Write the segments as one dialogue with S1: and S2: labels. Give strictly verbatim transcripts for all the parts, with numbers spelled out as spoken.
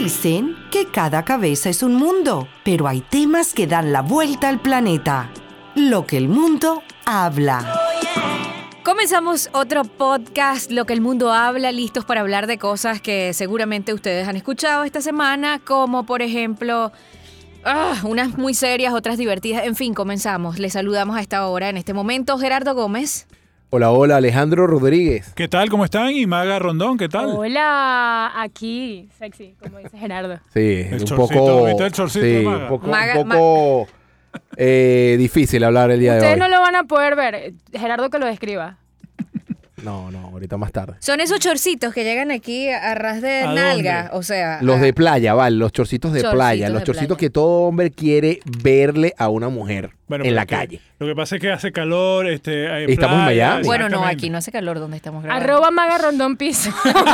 S1: Dicen que cada cabeza es un mundo, pero hay temas que dan la vuelta al planeta. Lo que el mundo habla.
S2: Comenzamos otro podcast, Lo que el mundo habla, listos para hablar de cosas que seguramente ustedes han escuchado esta semana, como por ejemplo, ah, unas muy serias, otras divertidas. En fin, comenzamos. Les saludamos a esta hora, en este momento, Gerardo Gómez.
S3: Hola, hola, Alejandro Rodríguez.
S4: ¿Qué tal? ¿Cómo están? Y Maga Rondón, ¿qué tal?
S5: Hola, aquí, sexy, como dice Gerardo.
S3: Sí,
S4: El
S3: un
S4: chorcito,
S3: poco,
S4: ¿viste el chorcito
S3: sí,
S4: de Maga?
S3: un poco,
S2: Maga-
S3: un poco eh, difícil hablar el día
S5: Ustedes
S3: de
S5: no
S3: hoy.
S5: lo van a poder ver. Gerardo que lo describa.
S3: No, no, ahorita más tarde.
S2: Son esos chorcitos que llegan aquí a ras de
S4: ¿A
S2: nalga,
S4: dónde?
S2: o sea...
S3: Los
S2: a-
S3: de playa, ¿vale? Los chorcitos de
S2: Chorcitos
S3: playa.
S2: de
S3: Los chorcitos
S2: playa.
S3: que todo hombre quiere verle a una mujer
S4: Bueno,
S3: en
S4: pero
S3: la
S4: es que
S3: calle.
S4: Lo que pasa es que hace calor, este, hay
S3: Estamos en
S4: playa,
S3: Miami.
S2: Bueno, no,
S4: exactamente.
S2: aquí no hace calor donde estamos grabando.
S5: Arroba Maga Rondón Piso.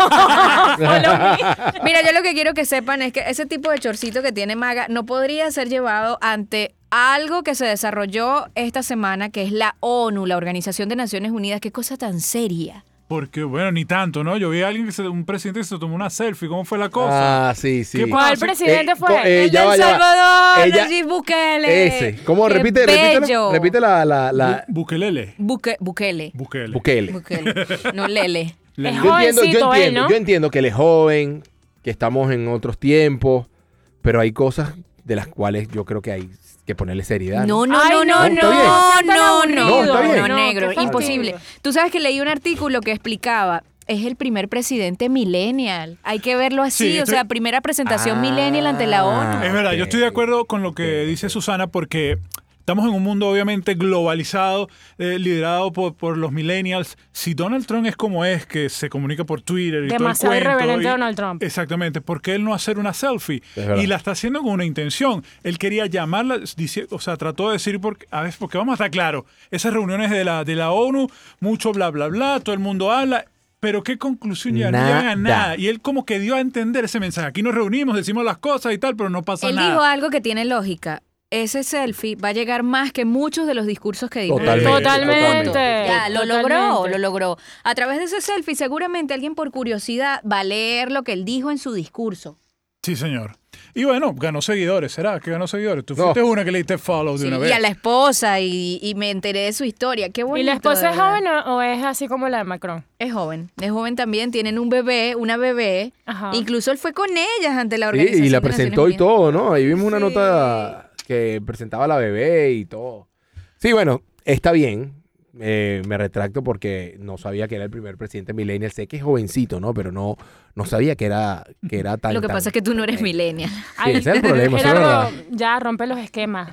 S2: Mira, yo lo que quiero que sepan es que ese tipo de chorcito que tiene Maga no podría ser llevado ante algo que se desarrolló esta semana, que es la ONU, la Organización de Naciones Unidas. Qué cosa tan seria.
S4: Porque, bueno, ni tanto, ¿no? Yo vi a alguien, que se, un presidente que se tomó una selfie. ¿Cómo fue la cosa?
S3: Ah, sí, sí.
S4: ¿Qué
S5: ¿Cuál
S4: pasa?
S5: presidente
S3: Eh,
S5: fue?
S3: co- eh,
S2: El
S3: ya
S2: de
S3: va,
S2: El
S3: ya va.
S2: Salvador,
S3: Ella-
S2: Nayib Bukele.
S3: Ese. ¿Cómo?
S2: Qué
S3: Repite, repite,
S2: bello.
S3: repite la, la, la...
S4: Bu- Bukelele.
S2: Buke- Bukele.
S4: Bukele.
S3: Bukele.
S2: Bukele. No, Lele.
S4: Le-
S5: Es
S3: Yo entiendo, yo
S5: jovencito él,
S3: entiendo,
S5: ¿no?
S3: yo entiendo que él es joven, que estamos en otros tiempos, pero hay cosas de las cuales yo creo que hay que ponerle seriedad.
S2: No, no,
S5: Ay,
S2: no, no,
S5: no,
S3: está
S2: no,
S3: bien.
S2: no,
S5: Tan
S2: no,
S3: No, está bien.
S2: no,
S5: No,
S2: negro,
S5: qué fastidio.
S2: imposible. Tú sabes que leí un artículo que explicaba, es el primer presidente millennial. Hay que verlo así,
S4: Sí,
S2: o
S4: estoy-
S2: sea, primera presentación
S3: Ah.
S2: millennial ante la ONU.
S4: Es verdad, yo estoy de
S3: Ok.
S4: acuerdo con lo que dice Susana porque estamos en un mundo obviamente globalizado, eh, liderado por, por los millennials. Si Donald Trump es como es, que se comunica por Twitter y
S5: Demasiado
S4: todo el cuento,
S5: irreverente
S4: y-
S5: Donald Trump.
S4: Exactamente, ¿por qué él no hacer una selfie?
S3: Es verdad.
S4: Y la está haciendo con una intención. Él quería llamarla, dice- o sea, trató de decir, porque, a ver, porque vamos a estar claros, esas reuniones de la, de la ONU, mucho bla, bla, bla, todo el mundo habla. Pero qué conclusión ya no llegan a
S3: Nada.
S4: nada. Y él como que dio a entender ese mensaje. Aquí nos reunimos, decimos las cosas y tal, pero no pasa
S2: Él
S4: nada.
S2: dijo algo que tiene lógica. Ese selfie va a llegar más que muchos de los discursos que dijo.
S3: Totalmente.
S5: Totalmente.
S2: Ya, lo logró,
S5: Totalmente.
S2: lo logró. A través de ese selfie, seguramente alguien por curiosidad va a leer lo que él dijo en su discurso.
S4: Sí, señor. Y bueno, ganó seguidores, ¿será? Que ganó seguidores. Tú
S3: No.
S4: fuiste una que le diste follow de
S2: Sí,
S4: una vez.
S2: y a la esposa, y, y me enteré de su historia. Qué bonito.
S5: ¿Y la esposa
S2: de
S5: es
S2: verdad.
S5: joven o, o es así como la de Macron?
S2: Es joven. Es joven también. Tienen un bebé, una bebé.
S5: Ajá.
S2: Incluso él fue con ellas ante la
S3: Sí,
S2: organización.
S3: y la
S2: de Naciones
S3: presentó y
S2: Unidas.
S3: todo, ¿no? Ahí vimos una
S2: Sí.
S3: nota que presentaba a la bebé y todo. Sí, bueno, está bien. Eh, me retracto porque no sabía que era el primer presidente millennial. Sé que es jovencito, ¿no? Pero no, no sabía que era, que era tan...
S2: Lo que
S3: tan-
S2: pasa es que tú no eres
S3: eh,
S2: millennial.
S3: Sí, ese es el problema, eso es
S5: Gerardo,
S3: verdad.
S5: ya, rompe los esquemas.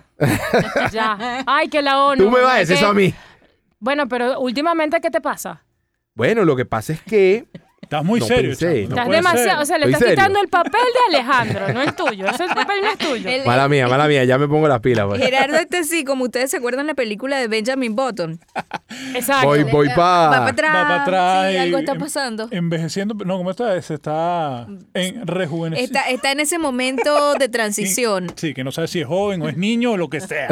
S5: Ya. Ay, que la ONU.
S3: Tú me vas a
S5: ay,
S3: decir
S5: que-
S3: eso a mí.
S5: Bueno, pero últimamente, ¿qué te pasa?
S3: Bueno, lo que pasa es que...
S4: Estás muy
S3: No
S4: serio,
S3: pensé,
S4: chamo,
S3: no
S4: no
S5: Estás
S4: puede
S5: demasiado, o
S4: ser.
S5: sea, le
S3: Estoy
S5: estás
S3: serio.
S5: quitando el papel de Alejandro, no es tuyo. Ese papel no es tuyo.
S2: El-
S3: Mala mía, mala mía, ya me pongo las pilas. Pues.
S2: Gerardo, este sí, como ustedes se acuerdan la película de Benjamin Button.
S5: Exacto.
S3: Voy, voy
S2: Va para
S3: para...
S2: atrás.
S4: Va para atrás.
S2: Sí,
S4: y
S2: algo está
S4: em-
S2: pasando.
S4: Envejeciendo. No, ¿cómo está? Se está en rejuveneciendo.
S2: Está, está en ese momento de transición.
S4: Sí, que no sabe si es joven o es niño o lo que sea.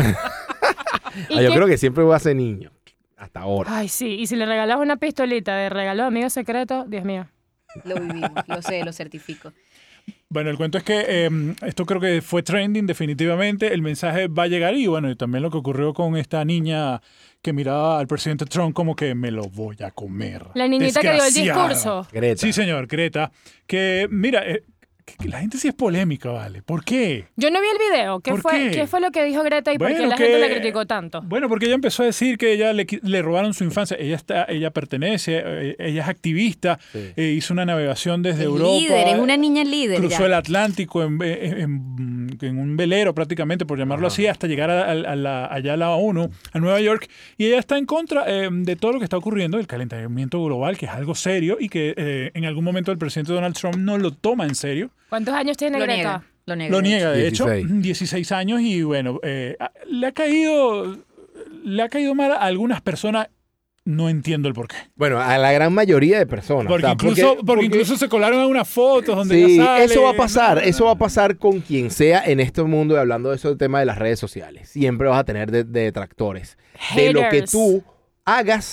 S5: ¿Y
S3: Ah, yo
S5: qué-
S3: creo que siempre voy a ser niño. Hasta ahora.
S5: Ay, sí, y si le regalas una pistolita de regalo de amigo secreto, Dios mío.
S2: Lo vivimos, lo sé, lo certifico.
S4: Bueno, el cuento es que eh, esto creo que fue trending definitivamente. El mensaje va a llegar y bueno, y también lo que ocurrió con esta niña que miraba al presidente Trump como que me lo voy a comer.
S5: La niñita que dio el
S4: Desgraciada.
S5: discurso.
S3: Greta.
S4: Sí, señor, Greta. Que mira, eh, que- que la gente sí es polémica, ¿vale? ¿Por qué?
S5: Yo no vi el video. ¿Qué
S4: ¿Por
S5: fue,
S4: qué?
S5: fue lo que dijo Greta y por qué
S4: Bueno,
S5: la
S4: que-
S5: gente la criticó tanto?
S4: Bueno, porque ella empezó a decir que ella le, qui- le robaron su infancia. Ella está, ella pertenece, eh, ella es activista,
S3: Sí.
S4: eh, hizo una navegación desde
S2: Es
S4: Europa.
S2: líder, es una niña líder.
S4: Cruzó
S2: ya.
S4: el Atlántico en, en- en- en un velero prácticamente, por llamarlo
S3: Ajá.
S4: así, hasta llegar a, a- a la, allá a la ONU, a Nueva York. Y ella está en contra eh, de todo lo que está ocurriendo, el calentamiento global, que es algo serio y que eh, en algún momento el presidente Donald Trump no lo toma en serio.
S5: ¿Cuántos años tiene
S2: Lo
S5: Greta?
S2: niega. Lo niega.
S4: Lo
S2: de
S4: niega, de
S3: dieciséis.
S4: hecho, dieciséis años y bueno, eh, a- le ha caído le ha caído mal a algunas personas. No entiendo el porqué.
S3: Bueno, a la gran mayoría de personas.
S4: Porque,
S3: o sea,
S4: incluso, porque,
S3: porque-
S4: incluso se colaron en unas fotos donde
S3: Sí,
S4: ella sale.
S3: eso va a pasar, eso va a pasar con quien sea en este mundo, y hablando de eso, del tema de las redes sociales. Siempre vas a tener de- de detractores. De lo que
S5: Haters.
S3: tú hagas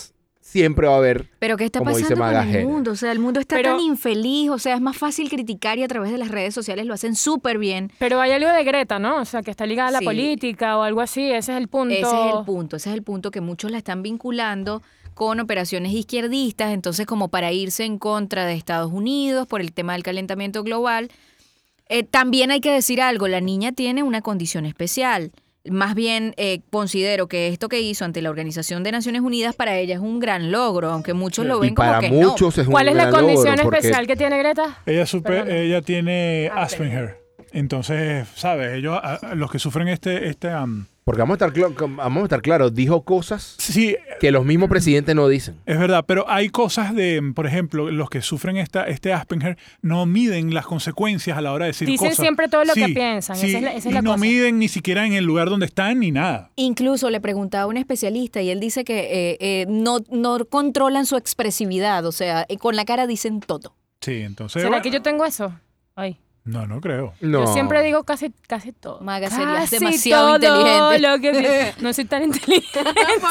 S3: siempre va a haber,
S2: Pero ¿qué está
S3: como dice
S2: pasando con
S3: Maga
S2: el
S3: Jera.
S2: mundo? O sea, el mundo está
S5: Pero-
S2: tan infeliz, o sea, es más fácil criticar y a través de las redes sociales lo hacen súper bien.
S5: Pero hay algo de Greta, ¿no? O sea, que está ligada a la
S2: Sí.
S5: política o algo así. Ese es el punto.
S2: Ese es el punto, ese es el punto que muchos la están vinculando con operaciones izquierdistas, entonces como para irse en contra de Estados Unidos por el tema del calentamiento global. Eh, también hay que decir algo, la niña tiene una condición especial. Más bien eh, considero que esto que hizo ante la Organización de Naciones Unidas para ella es un gran logro, aunque muchos lo ven
S3: Y
S2: como
S3: para
S2: que
S3: muchos es un
S5: ¿Cuál es la
S3: gran logro,
S5: condición
S3: porque-
S5: especial que tiene Greta?
S4: Ella, super-
S5: Perdón.
S4: ella tiene Asperger. Entonces, ¿sabes? Ellos, a- a- los que sufren este... este um,
S3: Porque vamos a estar, cl- vamos a estar claros, dijo cosas
S4: sí,
S3: que los mismos presidentes no dicen.
S4: es verdad, pero hay cosas de, por ejemplo, los que sufren esta, este Asperger no miden las consecuencias a la hora de decir
S5: Dicen
S4: cosas.
S5: siempre todo lo que
S4: Sí,
S5: piensan,
S4: sí,
S5: esa es la- esa es
S4: y
S5: la
S4: no
S5: cosa.
S4: miden ni siquiera en el lugar donde están ni nada.
S2: Incluso le preguntaba a un especialista y él dice que eh, eh, no, no controlan su expresividad, o sea, eh, con la cara dicen todo.
S4: Sí, entonces...
S5: ¿Será
S4: bueno,
S5: que yo tengo eso? Ay.
S4: No, no creo.
S3: No.
S5: Yo siempre digo casi, casi todo.
S2: Maga, serías
S5: Casi
S2: demasiado
S5: todo
S2: inteligente.
S5: lo que pi- no soy tan inteligente.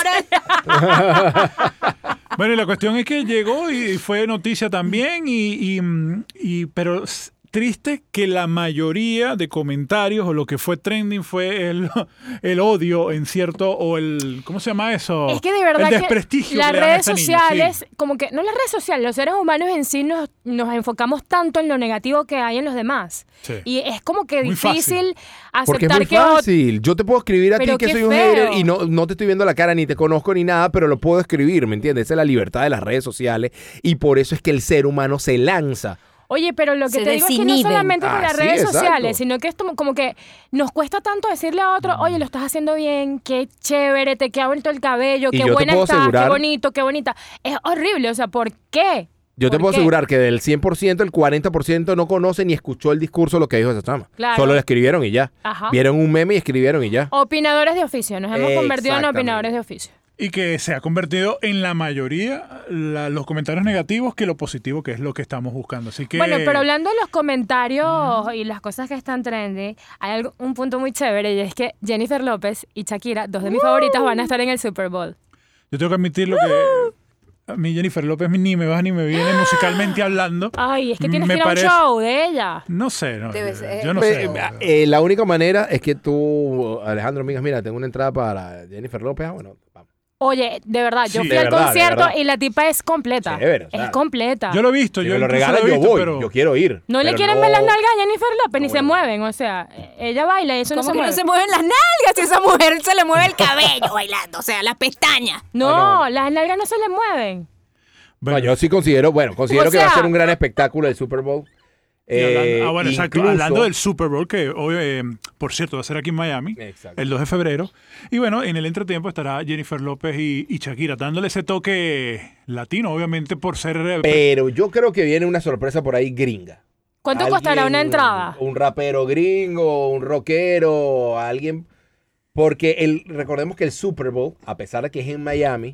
S4: Bueno, y la cuestión es que llegó y fue noticia también, y, y, mm, y- pero s- triste que la mayoría de comentarios o lo que fue trending fue el, el odio en cierto, o el, ¿cómo se llama eso?
S5: Es que de verdad
S4: el
S5: que
S4: desprestigio
S5: las
S4: que le dan a
S5: redes
S4: esta niña,
S5: sociales,
S4: sí.
S5: como que, no las redes sociales, los seres humanos en sí nos, nos enfocamos tanto en lo negativo que hay en los demás.
S4: Sí.
S5: Y es como que
S4: Muy
S5: difícil
S3: Porque es
S5: aceptar
S3: muy
S5: que otro...
S3: fácil. Yo te puedo escribir a ti
S5: Pero
S3: que
S5: qué
S3: soy un
S5: feo.
S3: hater y no, no te estoy viendo la cara ni te conozco ni nada, pero lo puedo escribir, ¿me entiendes? Esa es la libertad de las redes sociales y por eso es que el ser humano se lanza.
S5: Oye, pero lo que
S2: Se
S5: te digo es que no
S2: desinhiben.
S5: solamente por
S3: Ah,
S5: las
S3: sí,
S5: redes
S3: exacto.
S5: sociales, sino que esto como que nos cuesta tanto decirle a otro, oye, lo estás haciendo bien, qué chévere, te queda bonito el cabello,
S3: Y yo
S5: qué
S3: te
S5: buena
S3: puedo
S5: estás,
S3: asegurar-
S5: qué bonito, qué bonita. Es horrible, o sea, ¿por qué?
S3: Yo te
S5: ¿Por
S3: puedo
S5: qué?
S3: asegurar que del cien por ciento, el cuarenta por ciento no conoce ni escuchó el discurso de lo que dijo esa chama.
S5: Claro.
S3: Solo le escribieron y ya.
S5: Ajá.
S3: Vieron un meme y escribieron y ya.
S5: Opinadores de oficio, nos hemos convertido en
S3: Exactamente.
S5: opinadores de oficio.
S4: Y que se ha convertido en la mayoría la- los comentarios negativos que lo positivo, que es lo que estamos buscando. Así que...
S5: Bueno, pero hablando de los comentarios y las cosas que están trending, hay algo- un punto muy chévere y es que Jennifer López y Shakira, dos de mis favoritas, van a estar en el Super Bowl.
S4: Yo tengo que admitir lo que... A mí Jennifer López ni me va ni me viene musicalmente hablando.
S5: Ay, es que tienes
S4: Me
S5: que ir a un
S4: parece-
S5: show de ella.
S4: No sé, no,
S2: Debe
S4: yo,
S2: ser.
S4: yo no
S3: Eh,
S4: sé.
S3: eh, la única manera es que tú, Alejandro, amigas, mira, tengo una entrada para Jennifer López. Ah, bueno, vamos.
S5: Oye, de verdad, yo
S4: Sí,
S5: fui
S3: de
S5: al
S3: verdad, de
S5: concierto
S3: verdad.
S5: y la tipa es completa.
S3: Chévere, o sea,
S5: es completa.
S4: Yo lo he visto,
S3: Si
S4: yo
S3: me lo
S4: incluso
S3: regalan,
S4: lo he
S3: yo
S4: visto,
S3: voy.
S4: pero...
S3: Yo quiero ir.
S5: No le
S3: pero
S5: quieren
S3: no-
S5: ver las nalgas a Jennifer López, ni
S3: No,
S5: se
S3: bueno.
S5: mueven, o sea, ella baila y eso no
S2: ¿Cómo
S5: se
S2: que
S5: mueve.
S2: no se mueven las nalgas si esa mujer se le mueve el cabello bailando? O sea, las pestañas.
S5: No,
S3: Ah, no.
S5: las nalgas no se le mueven.
S3: No,
S4: Bueno,
S3: yo sí considero, bueno, considero
S5: O
S3: que va a
S5: sea-
S3: ser un gran espectáculo el Super Bowl.
S4: y hablando,
S3: Eh,
S4: ah, bueno, exacto,
S3: incluso-
S4: hablando del Super Bowl, que hoy, eh, por cierto, va a ser aquí en Miami,
S3: Exacto.
S4: el dos de febrero. Y bueno, en el entretiempo estará Jennifer López y, y Shakira, dándole ese toque latino, obviamente, por ser... eh,
S3: Pero yo creo que viene una sorpresa por ahí gringa.
S5: ¿Cuánto
S3: Alguien-
S5: costará una entrada?
S3: Un rapero gringo, un rockero, alguien. Porque el, recordemos que el Super Bowl, a pesar de que es en Miami,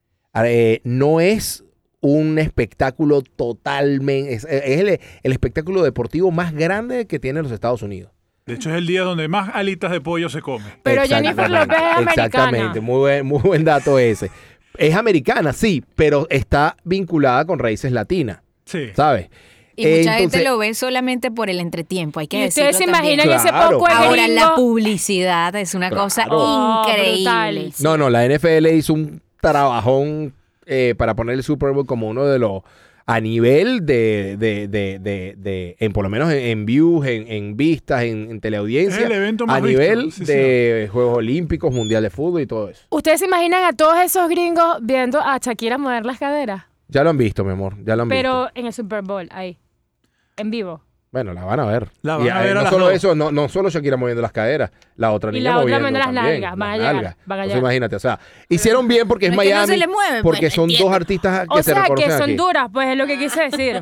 S3: eh, no es un espectáculo totalmente. Es, es el, el espectáculo deportivo más grande que tiene los Estados Unidos.
S4: De hecho, es el día donde más alitas de pollo se come.
S5: Pero Jennifer
S3: Exactamente,
S5: López es americana.
S3: Exactamente, muy buen, muy buen dato ese. Es americana, sí, pero está vinculada con raíces latinas,
S4: Sí.
S3: ¿sabes?
S2: Y
S3: Eh,
S2: mucha gente
S3: entonces-
S2: lo ve solamente por el entretiempo, hay que
S5: ¿Y
S2: decirlo
S5: ustedes se
S2: también.
S5: imaginan ese
S3: Claro.
S5: poco de
S2: Ahora, la
S5: gringo?
S2: publicidad es una cosa
S3: Claro.
S5: Oh,
S2: increíble.
S5: brutal.
S3: No, no, la N F L hizo un trabajón eh, para poner el Super Bowl como uno de los a nivel de, de, de, de, de- en por lo menos en, en views, en, en vistas, en, en teleaudiencia,
S4: Es el evento más
S3: a
S4: visto,
S3: nivel
S4: sí,
S3: de Juegos Olímpicos, Mundial de Fútbol y todo eso.
S5: ¿Ustedes se imaginan a todos esos gringos viendo a Shakira mover las caderas?
S3: Ya lo han visto, mi amor, ya lo han
S5: Pero
S3: visto.
S5: en el Super Bowl, ahí, en vivo.
S3: Bueno, la van a ver.
S4: La van
S3: Y,
S4: a
S3: eh,
S4: ver a
S3: no
S4: las
S3: solo
S4: dos.
S3: eso, no, no solo Shakira moviendo las caderas, la otra
S5: Y
S3: niña
S5: la otra
S3: moviendo
S5: moviendo las
S3: también,
S5: nalgas, van a
S3: las
S5: llegar,
S3: nalgas.
S5: van a
S3: Entonces,
S5: llegar.
S3: imagínate, o sea, hicieron bien porque es
S2: No es que no
S3: Miami,
S2: se le mueve,
S3: porque
S2: pues,
S3: son
S2: entiendo.
S3: dos artistas que
S5: O
S3: se
S5: sea,
S3: reconocen
S5: que son
S3: aquí.
S5: duras, pues es lo que quise decir.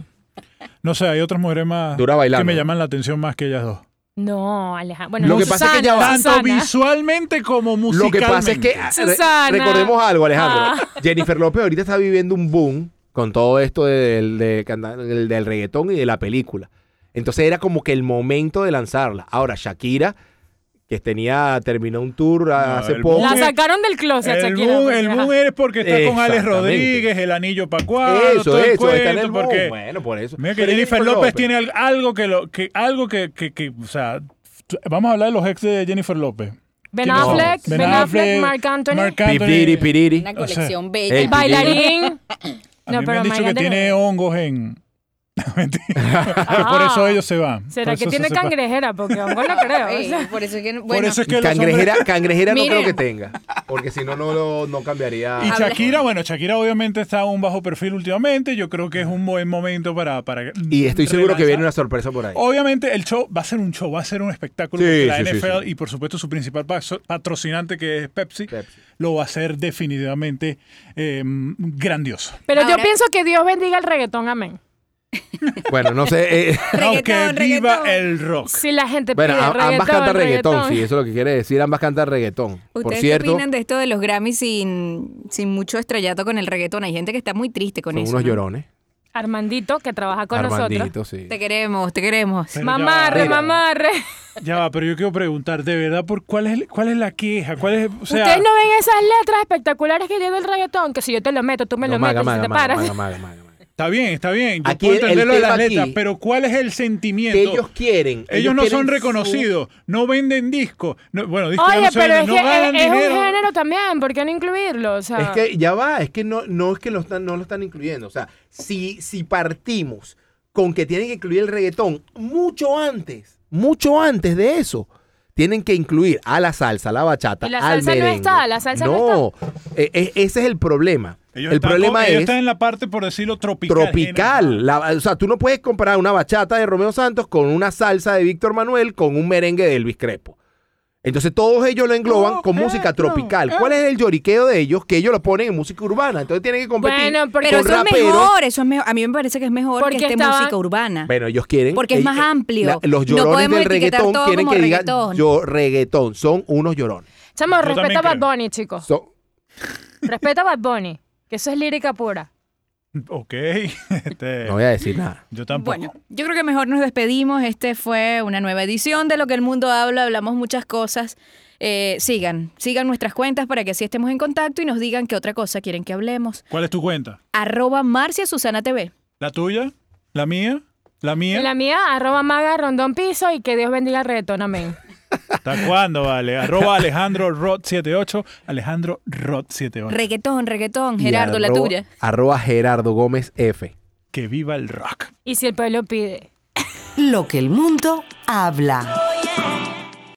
S4: No sé, hay otras mujeres más
S3: Dura bailando.
S4: que me llaman la atención más que ellas dos.
S5: No, Alejandro. Bueno,
S3: Lo
S5: no,
S3: que pasa es que ya va-
S4: Tanto
S5: Susana.
S4: visualmente como
S3: Lo
S4: musicalmente.
S3: que pasa es que, ah, re-
S5: Susana.
S3: recordemos algo, Alejandro.
S5: Ah.
S3: Jennifer López ahorita está viviendo un boom con todo esto del, de canta- del, del reggaetón y de la película. Entonces era como que el momento de lanzarla. Ahora, Shakira, que tenía, terminó un tour
S4: No,
S3: hace
S4: el
S3: poco.
S4: boom
S5: La
S4: es-
S5: sacaron del closet,
S4: El
S5: Shakira.
S4: boom,
S5: porque,
S4: el
S5: ajá.
S4: boom es porque está con Alex
S3: Exactamente.
S4: Rodríguez, el anillo para cuadro,
S3: Eso,
S4: todo el
S3: eso, está en
S4: cuento,
S3: el boom.
S4: porque
S3: Bueno, por eso.
S4: mira que
S3: Pero
S4: Jennifer López tiene al- algo que lo que algo que, que, que o sea, t- vamos a hablar de los ex de Jennifer López.
S5: Ben
S4: ¿Quiénes son?
S5: Affleck, Ben Affleck, Marc Anthony.
S4: Marc Anthony.
S3: Piriri, piriri.
S2: Una
S4: O sea,
S2: colección bella.
S3: el
S5: El bailarín.
S4: A
S5: No,
S4: mí me
S5: pero
S4: han dicho
S5: Marc
S4: que
S5: Anthony-
S4: tiene hongos en Mentira. Que por
S5: Ah.
S4: eso ellos se van.
S5: ¿Será
S4: Por
S5: que
S4: eso
S5: tiene
S4: se separan.
S5: cangrejera? Porque hongo no creo. o
S2: Ey,
S5: sea.
S2: por eso es que, bueno,
S4: Por eso es que los
S3: Cangrejera,
S4: hombres-
S3: cangrejera no
S2: Mire.
S3: creo que tenga. Porque si no, no, no, no cambiaría.
S4: Y
S2: Habla-
S4: Shakira, bueno, Shakira obviamente está a un bajo perfil últimamente. Yo creo que es un buen momento para. para
S3: Y estoy seguro que
S4: relanzar.
S3: viene una sorpresa por ahí.
S4: Obviamente el show va a ser un show, va a ser un espectáculo.
S3: Sí,
S4: porque la
S3: sí, sí,
S4: N F L
S3: sí.
S4: y por supuesto su principal paso- patrocinante que es Pepsi,
S3: Pepsi.
S4: lo va a hacer definitivamente eh, grandioso.
S5: Pero yo
S2: Ahora-
S5: pienso que Dios bendiga el reggaetón, amén.
S3: Bueno, no sé. eh,
S4: Aunque
S2: Reggaetón,
S4: viva
S2: reggaetón.
S4: el rock.
S5: Si la gente
S3: bueno,
S5: pide
S3: a-
S5: reggaetón,
S3: ambas cantan reggaetón,
S5: reggaetón.
S3: sí, eso es lo que quiere decir. Ambas cantan reggaetón. Por
S2: ¿Ustedes
S3: cierto,
S2: qué opinan de esto de los Grammys sin, sin mucho estrellato con el reggaetón? Hay gente que está muy triste con
S3: son
S2: eso.
S3: unos
S2: ¿no?
S3: llorones.
S5: Armandito, que trabaja con
S3: Armandito,
S5: nosotros.
S3: sí.
S2: Te queremos, te queremos.
S4: Pero ya
S5: Mamarre,
S4: va,
S5: mamarre.
S4: Ya va, pero yo quiero preguntar, de verdad, ¿por cuál es cuál es la queja? ¿Cuál es, o sea,
S5: Ustedes no ven esas letras espectaculares que tiene el reggaetón, que si yo te lo meto, tú me
S3: No,
S5: lo
S3: maga,
S5: metes y
S3: maga,
S5: te
S3: maga,
S5: paras.
S3: maga, maga, maga, maga.
S4: está bien, está bien. Yo
S3: Aquí
S4: puedo
S3: el- el
S4: entender lo de las
S3: tema
S4: letras,
S3: aquí-
S4: pero ¿cuál es el sentimiento?
S3: Que ellos quieren.
S4: Ellos no
S3: quieren
S4: son
S3: su-
S4: reconocidos, no venden discos. No, bueno, discos ya
S5: Oye,
S4: no se
S5: pero
S4: venden,
S5: es
S4: no
S5: que
S4: ganan
S5: es, es
S4: dinero.
S5: un género también, ¿por qué no incluirlo? O sea,
S3: Es que ya va, es que no, no es que lo están, no lo están incluyendo. O sea, si, si partimos con que tienen que incluir el reggaetón mucho antes, mucho antes de eso, tienen que incluir a la salsa, a la bachata,
S5: ¿Y la
S3: al
S5: salsa no
S3: merengue.
S5: está? ¿La salsa no
S3: No, eh, eh, ese es el problema.
S4: Ellos
S3: el
S4: están
S3: problema
S4: con- ellos
S3: es
S4: están en la parte, por decirlo, tropical.
S3: tropical. La- o sea, tú no puedes comparar una bachata de Romeo Santos con una salsa de Víctor Manuel con un merengue de Elvis Crespo. Entonces todos ellos lo engloban
S4: Oh,
S3: con
S4: eh,
S3: música
S4: no,
S3: tropical.
S4: eh.
S3: ¿Cuál es el lloriqueo de ellos? Que ellos lo ponen en música urbana. Entonces tienen que competir
S5: Bueno, porque-
S2: Pero
S3: con
S2: eso es
S3: raperos.
S2: mejor, eso es mejor. A mí me parece que es mejor
S5: Porque
S2: que esté
S5: estaban-
S2: música urbana.
S3: Bueno, ellos quieren.
S2: Porque es
S3: ellos-
S2: más amplio.
S3: la- los
S2: No
S3: llorones
S2: podemos
S3: del
S2: etiquetar
S3: reggaetón
S2: todo
S3: quieren
S2: como
S3: que
S2: reggaetón.
S3: digan yo reggaetón. Son unos llorones.
S5: chamo,
S4: Yo
S5: respeta
S4: también
S5: a Bad
S4: creo.
S5: Bunny, chicos.
S3: Son-
S5: Respeta a Bad Bunny, que eso es lírica pura.
S4: Ok. Este,
S3: no voy a decir nada.
S4: yo tampoco.
S2: Bueno, yo creo que mejor nos despedimos. Este fue una nueva edición de Lo que el mundo habla. Hablamos muchas cosas. Eh, sigan, sigan nuestras cuentas para que así estemos en contacto y nos digan qué otra cosa quieren que hablemos.
S4: ¿Cuál es tu cuenta?
S2: Arroba Marcia Susana T V.
S4: ¿La tuya? ¿La mía? ¿La mía?
S5: Y la mía, arroba maga, rondón piso y que Dios bendiga el reggaetón, amén.
S4: ¿Hasta cuándo, vale? Arroba Alejandro Rod setenta y ocho. Alejandro Rod setenta y ocho.
S2: Reggaetón, reggaetón.
S3: Y
S2: Gerardo, la
S3: arroba-
S2: tuya.
S3: Arroba Gerardo Gómez F.
S4: Que viva el rock.
S5: Y si el pueblo pide.
S1: Lo que el mundo habla.